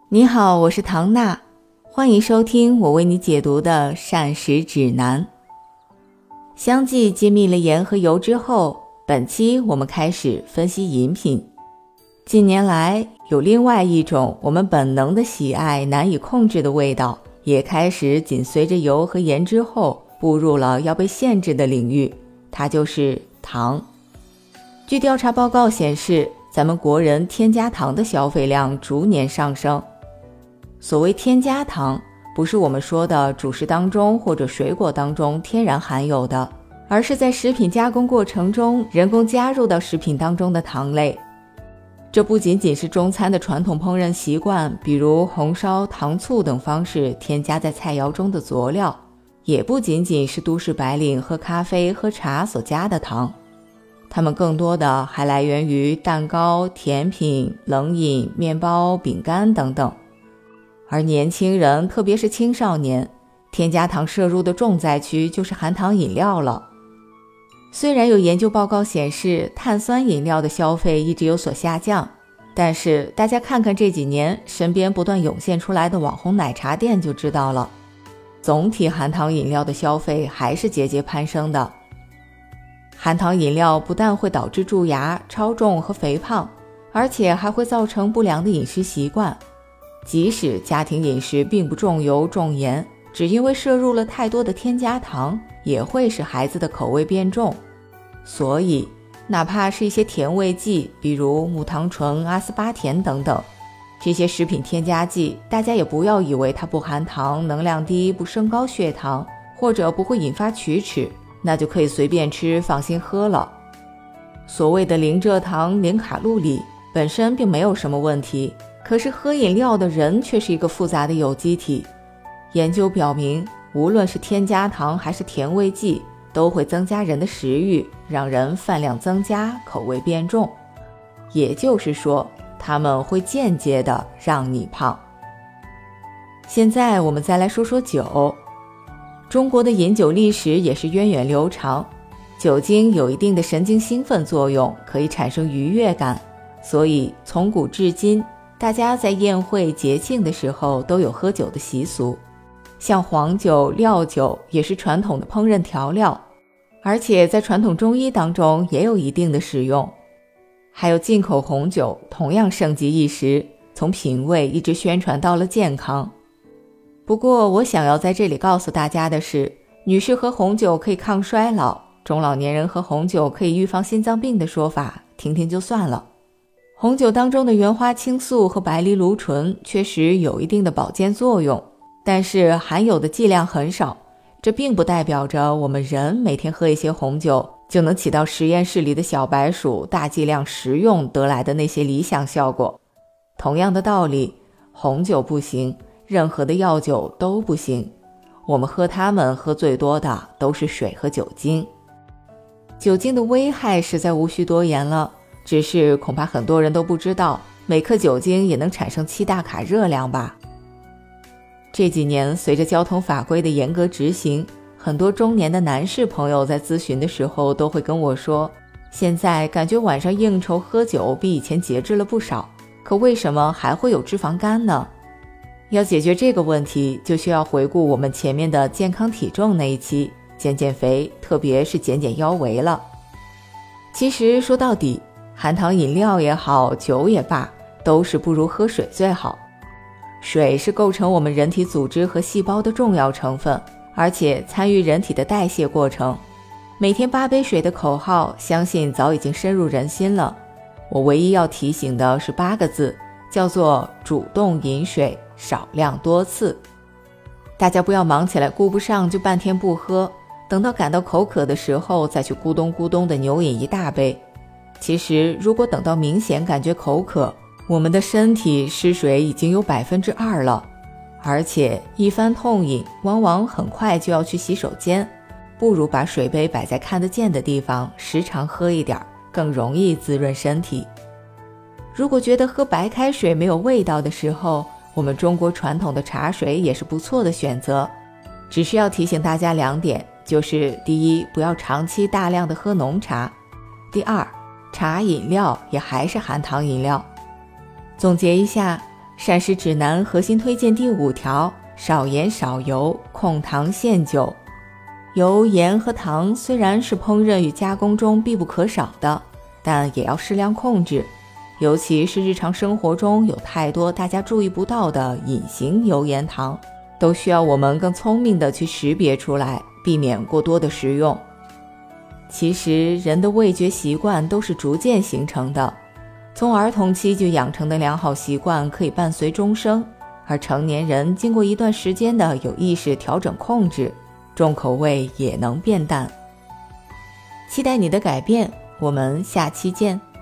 你好，我是唐娜，欢迎收听我为你解读的膳食指南。相继揭秘了盐和油之后，本期我们开始分析饮品。近年来，有另外一种我们本能的喜爱难以控制的味道，也开始紧随着油和盐之后步入了要被限制的领域，它就是糖。据调查报告显示，咱们国人添加糖的消费量逐年上升。所谓添加糖，不是我们说的主食当中或者水果当中天然含有的，而是在食品加工过程中人工加入到食品当中的糖类。这不仅仅是中餐的传统烹饪习惯，比如红烧、糖醋等方式添加在菜肴中的佐料，也不仅仅是都市白领喝咖啡、喝茶所加的糖，它们更多的还来源于蛋糕、甜品、冷饮、面包、饼干等等。而年轻人，特别是青少年，添加糖摄入的重灾区就是含糖饮料了。虽然有研究报告显示碳酸饮料的消费一直有所下降，但是大家看看这几年身边不断涌现出来的网红奶茶店就知道了，总体含糖饮料的消费还是节节攀升的。含糖饮料不但会导致蛀牙、超重和肥胖，而且还会造成不良的饮食习惯。即使家庭饮食并不重油重盐，只因为摄入了太多的添加糖，也会使孩子的口味变重。所以哪怕是一些甜味剂，比如木糖醇、阿斯巴甜等等，这些食品添加剂，大家也不要以为它不含糖、能量低、不升高血糖，或者不会引发龋齿，那就可以随便吃放心喝了。所谓的零蔗糖、零卡路里本身并没有什么问题，可是喝饮料的人却是一个复杂的有机体。研究表明，无论是添加糖还是甜味剂，都会增加人的食欲，让人饭量增加，口味变重。也就是说，它们会间接的让你胖。现在我们再来说说酒。中国的饮酒历史也是源远流长，酒精有一定的神经兴奋作用，可以产生愉悦感，所以从古至今，大家在宴会节庆的时候都有喝酒的习俗。像黄酒、料酒也是传统的烹饪调料，而且在传统中医当中也有一定的使用。还有进口红酒同样盛极一时，从品味一直宣传到了健康。不过我想要在这里告诉大家的是，女士喝红酒可以抗衰老，中老年人喝红酒可以预防心脏病的说法，听听就算了。红酒当中的原花青素和白藜芦醇确实有一定的保健作用，但是含有的剂量很少，这并不代表着我们人每天喝一些红酒就能起到实验室里的小白鼠大剂量食用得来的那些理想效果。同样的道理，红酒不行，任何的药酒都不行，我们喝它们喝最多的都是水和酒精。酒精的危害实在无需多言了，只是恐怕很多人都不知道，每克酒精也能产生7大卡热量吧。这几年随着交通法规的严格执行，很多中年的男士朋友在咨询的时候都会跟我说，现在感觉晚上应酬喝酒比以前节制了不少，可为什么还会有脂肪肝呢？要解决这个问题，就需要回顾我们前面的健康体重那一期，减肥，特别是减腰围了。其实说到底，含糖饮料也好，酒也罢，都是不如喝水最好。水是构成我们人体组织和细胞的重要成分，而且参与人体的代谢过程。每天8杯水的口号，相信早已经深入人心了。我唯一要提醒的是8个字，叫做主动饮水，少量多次。大家不要忙起来顾不上就半天不喝，等到感到口渴的时候再去咕咚咕咚的牛饮一大杯。其实如果等到明显感觉口渴，我们的身体失水已经有 2% 了，而且一番痛饮往往很快就要去洗手间，不如把水杯摆在看得见的地方，时常喝一点，更容易滋润身体。如果觉得喝白开水没有味道的时候，我们中国传统的茶水也是不错的选择。只是要提醒大家2点，就是第一，不要长期大量的喝浓茶；第二，茶饮料也还是含糖饮料。总结一下， 膳食指南核心推荐第5条，少盐少油，控糖限酒。油、盐和糖虽然是烹饪与加工中必不可少的，但也要适量控制，尤其是日常生活中有太多大家注意不到的隐形油盐糖，都需要我们更聪明地去识别出来，避免过多的食用。其实人的味觉习惯都是逐渐形成的，从儿童期就养成的良好习惯可以伴随终生，而成年人经过一段时间的有意识调整控制，重口味也能变淡。期待你的改变，我们下期见。